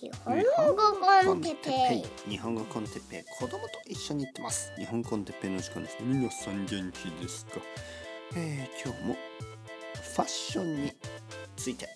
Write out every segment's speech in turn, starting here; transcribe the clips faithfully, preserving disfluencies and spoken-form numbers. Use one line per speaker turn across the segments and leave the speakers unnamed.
日本語コンテッペイ日本語コンテッペイ子供と一緒に行ってます。日本コンテッペイの時間ですね。皆さん元気ですか？えー、今日もファッションについて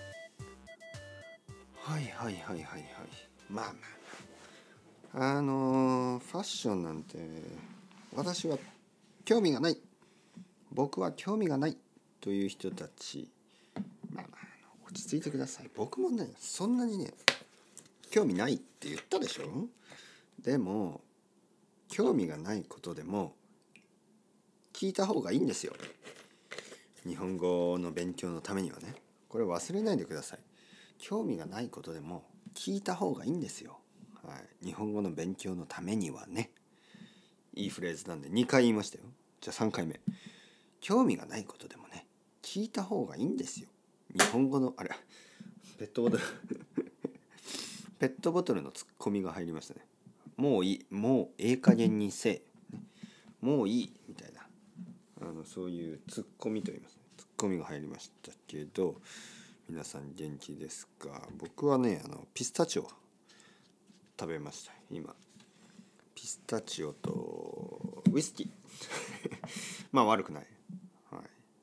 はいはいはいはいはいまあまああのー、ファッションなんて私は興味がない僕は興味がないという人たち、まあまあ落ち着いてください。僕もねそんなにね興味ないって言ったでしょ。でも興味がないことでも聞いた方がいいんですよ。日本語の勉強のためにはね。これ忘れないでください。興味がないことでも聞いた方がいいんですよ。はい、日本語の勉強のためにはね。いいフレーズなんでにかい言いましたよ。じゃあさんかいめ。興味がないことでもね聞いた方がいいんですよ。日本語のあれペットボトルペットボトルのツッコミが入りましたね。もういい、もうええ加減にせえ、もういいみたいなあのそういうツッコミと言いますね。ツッコミが入りましたけど、皆さん元気ですか？僕はねあのピスタチオ食べました今。ピスタチオとウイスキーまあ悪くない、はい、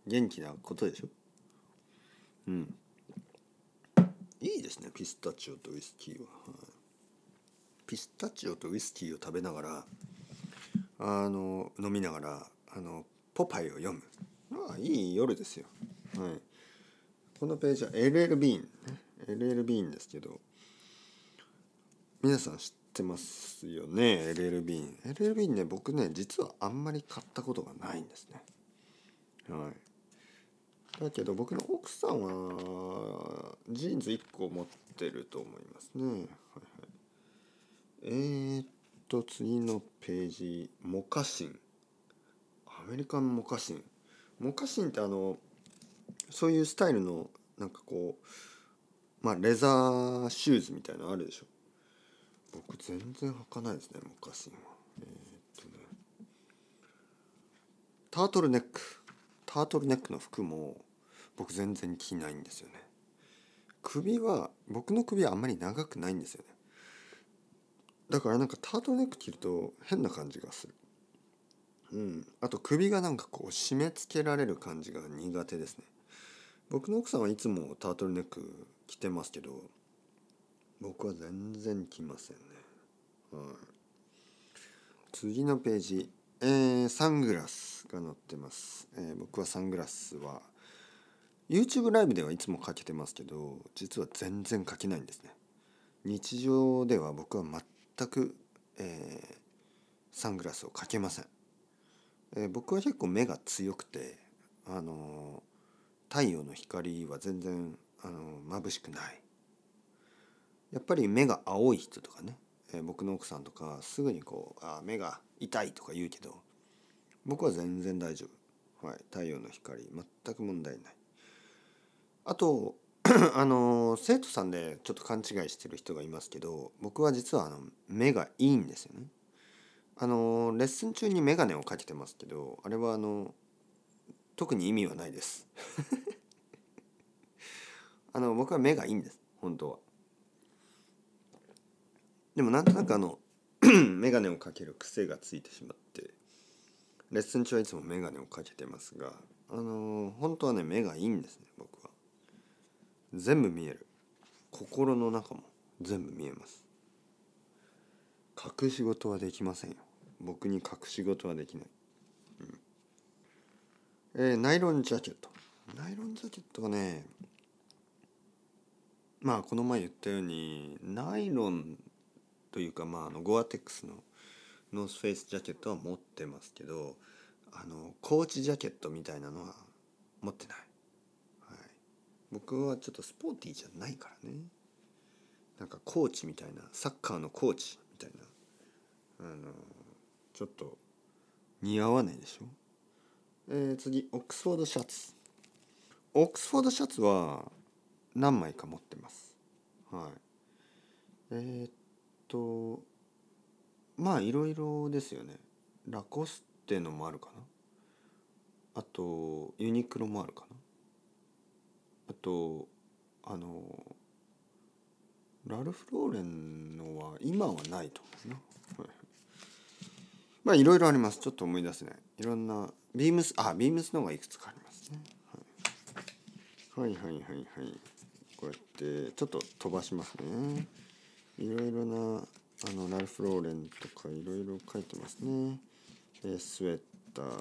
元気なことでしょ。うんいいですねピスタチオとウイスキーは、はい、ピスタチオとウイスキーを食べながらあの飲みながらあのポパイを読む。ああいい夜ですよ。はい、このページは エルエル ビーン、ね、エルエル ビーンですけど皆さん知ってますよね。 エルエル ビーン エルエル ビーンね僕ね実はあんまり買ったことがないんですね。はい、だけど僕の奥さんはジーンズいっこ持ってると思いますね。はいはい、えー、っと次のページモカシン。アメリカンモカシン。モカシンってあのそういうスタイルのなんかこうまあレザーシューズみたいなのあるでしょ。僕全然履かないですねモカシンは。えー、っとねタートルネックタートルネックの服も僕全然着ないんですよね。首は僕の首はあんまり長くないんですよね。だからなんかタートルネック着ると変な感じがする。うん、あと首がなんかこう締め付けられる感じが苦手ですね。僕の奥さんはいつもタートルネック着てますけど僕は全然着ませんね。はい、次のページ、えー、サングラスが載ってます、えー、僕はサングラスは YouTube ライブではいつもかけてますけど実は全然かけないんですね。日常では僕は全く、えー、サングラスをかけません。えー、僕は結構目が強くてあのー、太陽の光は全然、あのー、眩しくない。やっぱり目が青い人とかね、えー、僕の奥さんとかすぐにこうあ目が痛いとか言うけど僕は全然大丈夫。はい、太陽の光全く問題ない。あとあのー、生徒さんでちょっと勘違いしてる人がいますけど僕は実はあの目がいいんですよね。あのー、レッスン中に眼鏡をかけてますけどあれはあの特に意味はないですあの僕は目がいいんです本当は。でもなんとなくあの眼鏡をかける癖がついてしまってレッスン中はいつも眼鏡をかけてますがあのー、本当はね目がいいんですね。僕は全部見える。心の中も全部見えます。隠し事はできませんよ。僕に隠し事はできない、うんえー、ナイロンジャケット。ナイロンジャケットはねまあこの前言ったようにナイロンというかまああのゴアテックスのノースフェイスジャケットは持ってますけどあのコーチジャケットみたいなのは持ってない、はい、僕はちょっとスポーティーじゃないからね。なんかコーチみたいなサッカーのコーチみたいなあのちょっと似合わないでしょ。えー、次オックスフォードシャツ。オックスフォードシャツは何枚か持ってます。はいえー、っとまあいろいろですよね。ラコステのもあるかな。あとユニクロもあるかな。あとあのラルフ・ローレンのは今はないと思うな、はい、まあいろいろあります。ちょっと思い出せない。いろんなビームスあビームスの方がいくつかありますね、はい、はいはいはいはいこうやってちょっと飛ばしますね。いろいろなあのラルフ・ローレンとかいろいろ書いてますね。えスウェッター、あの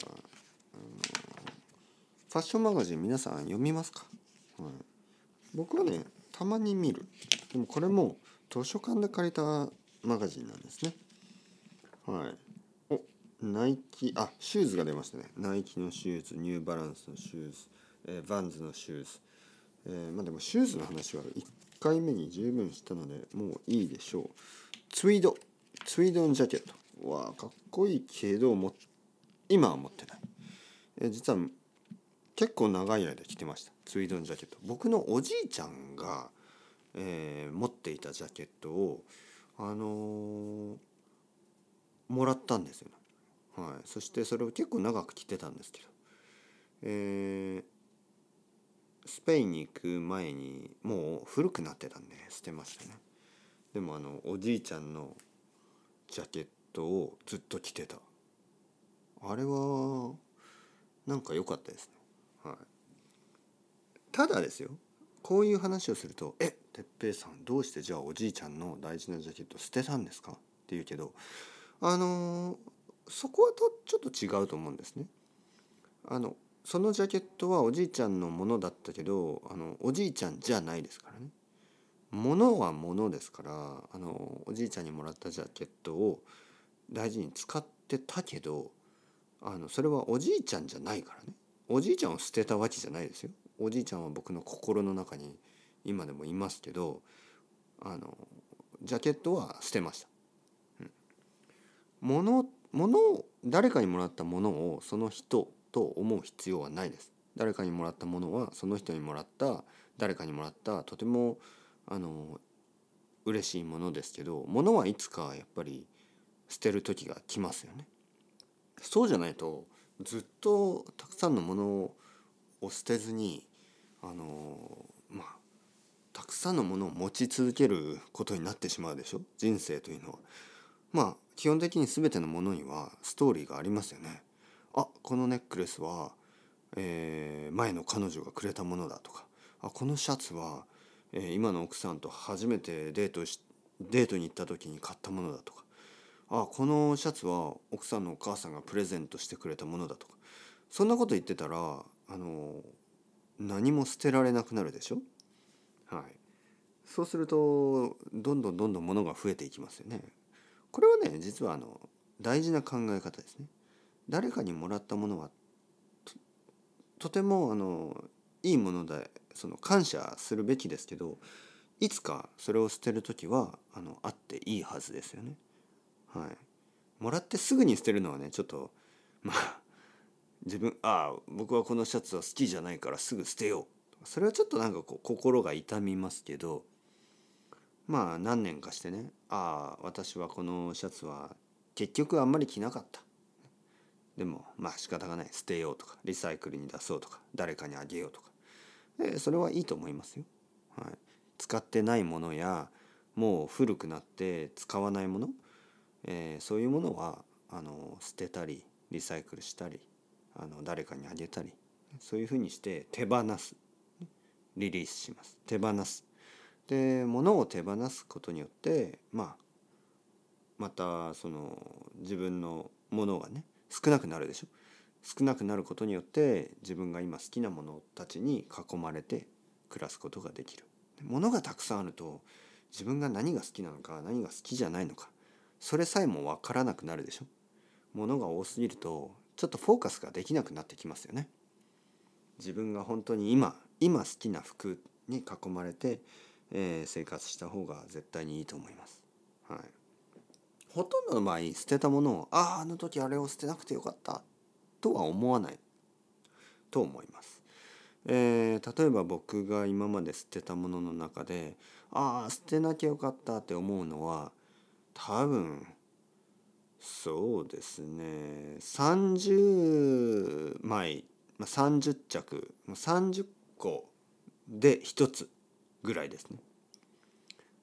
ファッションマガジン皆さん読みますか？はい、僕はねたまに見る。でもこれも図書館で借りたマガジンなんですね。はい。おナイキあシューズが出ましたね。ナイキのシューズ、ニューバランスのシューズ、えー、バンズのシューズ、えー、まあでもシューズの話はいっかいめに十分したのでもういいでしょう。ツイードツイードのジャケットわあかっこいいけども今は持ってない。えー、実は結構長い間着てました。ツイードのジャケット。僕のおじいちゃんが、えー持っていたジャケットをあのーもらったんですよね。はい、そしてそれを結構長く着てたんですけど、えースペインに行く前にもう古くなってたんで捨てましたね。でもあのおじいちゃんのジャケットをずっと着てた。あれはなんか良かったですね。はい。ただですよ、こういう話をすると「えっ哲平さんどうしてじゃあおじいちゃんの大事なジャケット捨てたんですか？」って言うけど、あのーそこはとちょっと違うと思うんですね。あのそのジャケットはおじいちゃんのものだったけど、あのおじいちゃんじゃないですからね。ものはものですから、あのおじいちゃんにもらったジャケットを大事に使ってたけど、あのそれはおじいちゃんじゃないからね。おじいちゃんを捨てたわけじゃないですよ。おじいちゃんは僕の心の中に今でもいますけど、あのジャケットは捨てました。うん、ものものを誰かにもらったものをその人と思う必要はないです。誰かにもらったものはその人にもらった誰かにもらったとてもあの嬉しいものですけど、ものはいつかやっぱり捨てる時が来ますよね。そうじゃないとずっとたくさんのものを捨てずにあのまあたくさんのものを持ち続けることになってしまうでしょ、人生というのは。まあ基本的に全てのものにはストーリーがありますよね。あ、このネックレスは、えー前の彼女がくれたものだとか、あ、このシャツは、えー今の奥さんと初めてデートしデートに行った時に買ったものだとか、あ、このシャツは奥さんのお母さんがプレゼントしてくれたものだとか、そんなこと言ってたらあの何も捨てられなくなるでしょ。はい。そうするとどんどんどんどん物が増えていきますよね。これはね実はあの大事な考え方ですね。誰かにもらったものは と, とてもあのいいものでその感謝するべきですけど、いつかそれを捨てる時はあのあっていいはずですよね。はい。もらってすぐに捨てるのはねちょっとまあ自分ああ僕はこのシャツは好きじゃないからすぐ捨てよう、それはちょっとなんかこう心が痛みますけど、まあ何年かしてね、ああ私はこのシャツは結局あんまり着なかった、でもまあ仕方がない、捨てようとかリサイクルに出そうとか誰かにあげようとか、えそれはいいと思いますよ。はい、使ってないものやもう古くなって使わないもの、えーそういうものはあの捨てたりリサイクルしたりあの誰かにあげたり、そういうふうにして手放す、リリースします。手放す。で物を手放すことによってまあまたその自分のものがね少なくなるでしょ。少なくなることによって自分が今好きなものたちに囲まれて暮らすことができる。物がたくさんあると自分が何が好きなのか何が好きじゃないのかそれさえも分からなくなるでしょ。物が多すぎるとちょっとフォーカスができなくなってきますよね。自分が本当に今今好きな服に囲まれて、えー生活した方が絶対にいいと思います。はい。ほとんどの場合捨てたものをあああの時あれを捨てなくてよかったとは思わないと思います。えー例えば僕が今まで捨てたものの中でああ捨てなきゃよかったって思うのは多分そうですねさんじゅうまい、まあ、さんじゅっちゃくさんじゅっこでひとつぐらいですね。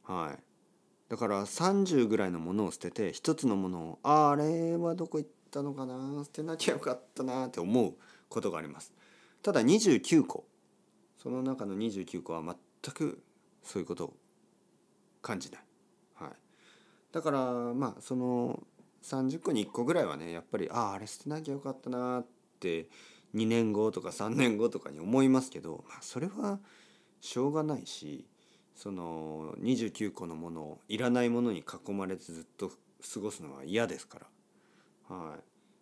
はい。だからさんじゅうぐらいのものを捨てて一つのものをあれはどこ行ったのかな、捨てなきゃよかったなって思うことがあります。ただにじゅうきゅうこ、その中のにじゅうきゅうこは全くそういうことを感じない。はい。だからまあそのさんじゅっこにいっこぐらいはねやっぱりあああれ捨てなきゃよかったなってにねんごとかさんねんごとかに思いますけど、まあ、それはしょうがないし、そのにじゅうきゅうこのものをいらないものに囲まれてずっと過ごすのは嫌ですから、はい、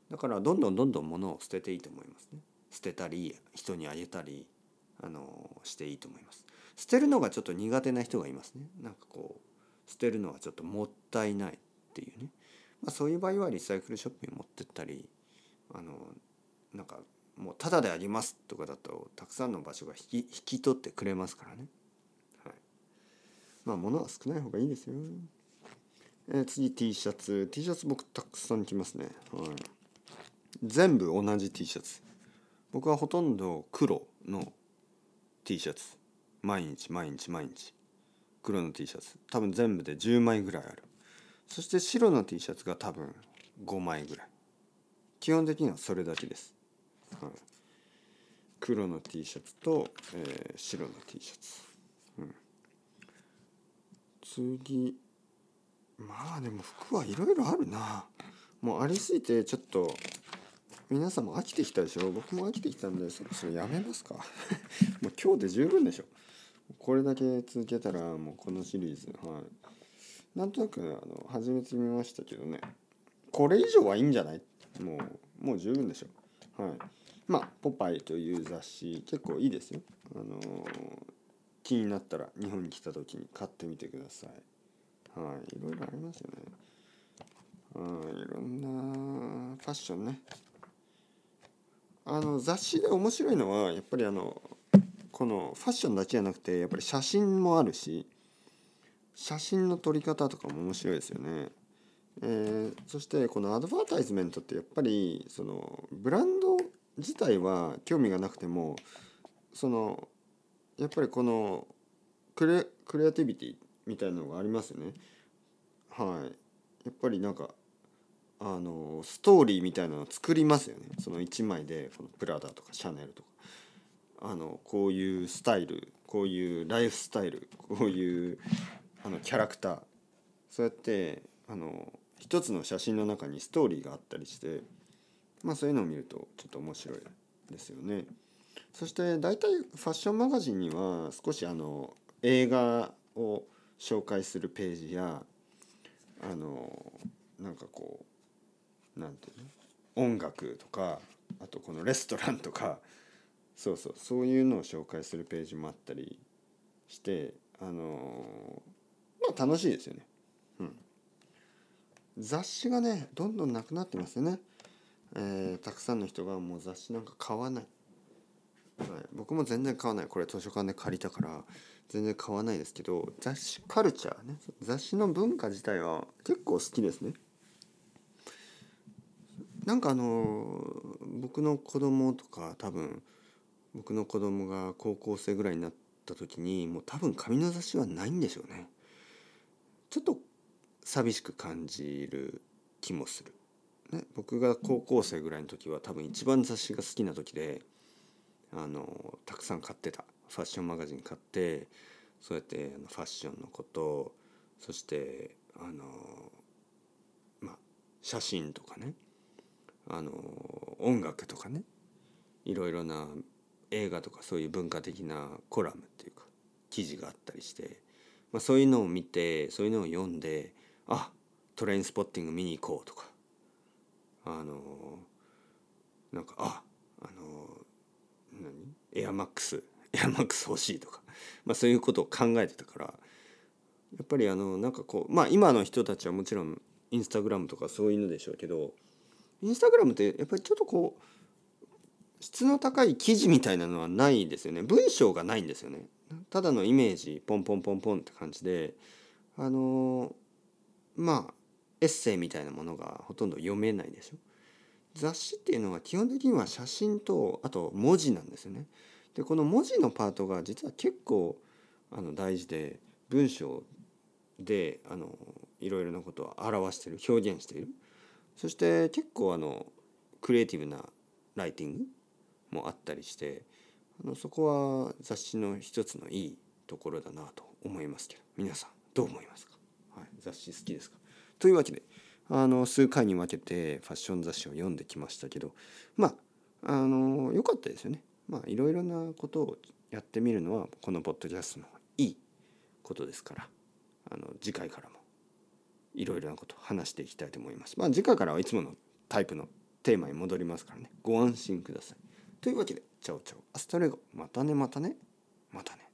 だからどんどんどんどんものを捨てていいと思いますね。捨てたり人にあげたりあのしていいと思います。捨てるのがちょっと苦手な人がいますね。なんかこう捨てるのはちょっともったいないっていうね、まあ、そういう場合はリサイクルショップに持ってったり、あのなんかもうタダであげますとかだとたくさんの場所が引き引き取ってくれますからね。はい、まあ物は少ない方がいいですよ。えー、次 T シャツ T シャツ僕たくさん着ますね。はい、全部同じ T シャツ。僕はほとんど黒の T シャツ、毎日毎日毎日黒の T シャツ多分全部でじゅうまいぐらいある。そして白の T シャツが多分ごまいぐらい。基本的にはそれだけです。はい、黒の T シャツと、えー、白の T シャツ、うん、次まあでも服はいろいろあるな。もうありすぎてちょっと皆さんも飽きてきたでしょ。僕も飽きてきたんでそろそろやめますかもう今日で十分でしょ。これだけ続けたらもうこのシリーズ、はい、なんとなくあの始めてみましたけどね、これ以上はいいんじゃない、もうもう十分でしょ。はい、まあ「ポパイ」という雑誌結構いいですよ。あのー気になったら日本に来た時に買ってみてください。はい、いろいろありますよね。はい、いろんなファッションね。あの雑誌で面白いのはやっぱりあのこのファッションだけじゃなくてやっぱり写真もあるし、写真の撮り方とかも面白いですよね。えーそしてこのアドバタイズメントってやっぱりそのブランド自体は興味がなくても、そのやっぱりこのクレ、クリエイティビティみたいなのがありますよね。はい。やっぱりなんかあのストーリーみたいなのを作りますよね。そのいちまいでこのプラダとかシャネルとかあのこういうスタイル、こういうライフスタイル、こういうあのキャラクター、そうやってあの一つの写真の中にストーリーがあったりして、まあそういうのを見るとちょっと面白いですよね。そして大体ファッションマガジンには少しあの映画を紹介するページやあのなんかこうなんていうの音楽とか、あとこのレストランとか、そうそうそういうのを紹介するページもあったりしてあのまあ楽しいですよね。うん、雑誌がねどんどんなくなってますよね。えーたくさんの人がもう雑誌なんか買わない。はい、僕も全然買わない。これ図書館で借りたから全然買わないですけど、雑誌カルチャーね、雑誌の文化自体は結構好きですね。なんかあの僕の子供とか多分僕の子供が高校生ぐらいになった時にもう多分紙の雑誌はないんでしょうね。ちょっと寂しく感じる気もする、ね、僕が高校生ぐらいの時は多分一番雑誌が好きな時で、あのたくさん買ってた。ファッションマガジン買ってそうやってあのファッションのこと、そしてあのまあ写真とかね、あの音楽とかね、いろいろな映画とかそういう文化的なコラムっていうか記事があったりして、まあ、そういうのを見てそういうのを読んで、あトレインスポッティング見に行こうとか、あのなんかああの何エアマックスエアマックス欲しいとか、まあ、そういうことを考えてたから、やっぱりあのなんかこうまあ今の人たちはもちろんインスタグラムとかそういうのでしょうけど、インスタグラムってやっぱりちょっとこう質の高い記事みたいなのはないですよね。文章がないんですよね。ただのイメージポンポンポンポンって感じで、あのまあエッセイみたいなものがほとんど読めないでしょ。雑誌っていうのは基本的には写真とあと文字なんですよね。でこの文字のパートが実は結構あの大事で、文章であのいろいろなことを表している、表現している。そして結構あのクリエイティブなライティングもあったりして、あのそこは雑誌の一つのいいところだなと思いますけど、皆さんどう思いますか？はい、雑誌好きですか？というわけであの数回に分けてファッション雑誌を読んできましたけど、まああの良かったですよね。まあいろいろなことをやってみるのはこのポッドキャストのいいことですから、あの次回からもいろいろなことを話していきたいと思います。まあ次回からはいつものタイプのテーマに戻りますからね、ご安心ください。というわけでチャオチャオアスタレゴ、またねまたねまたね。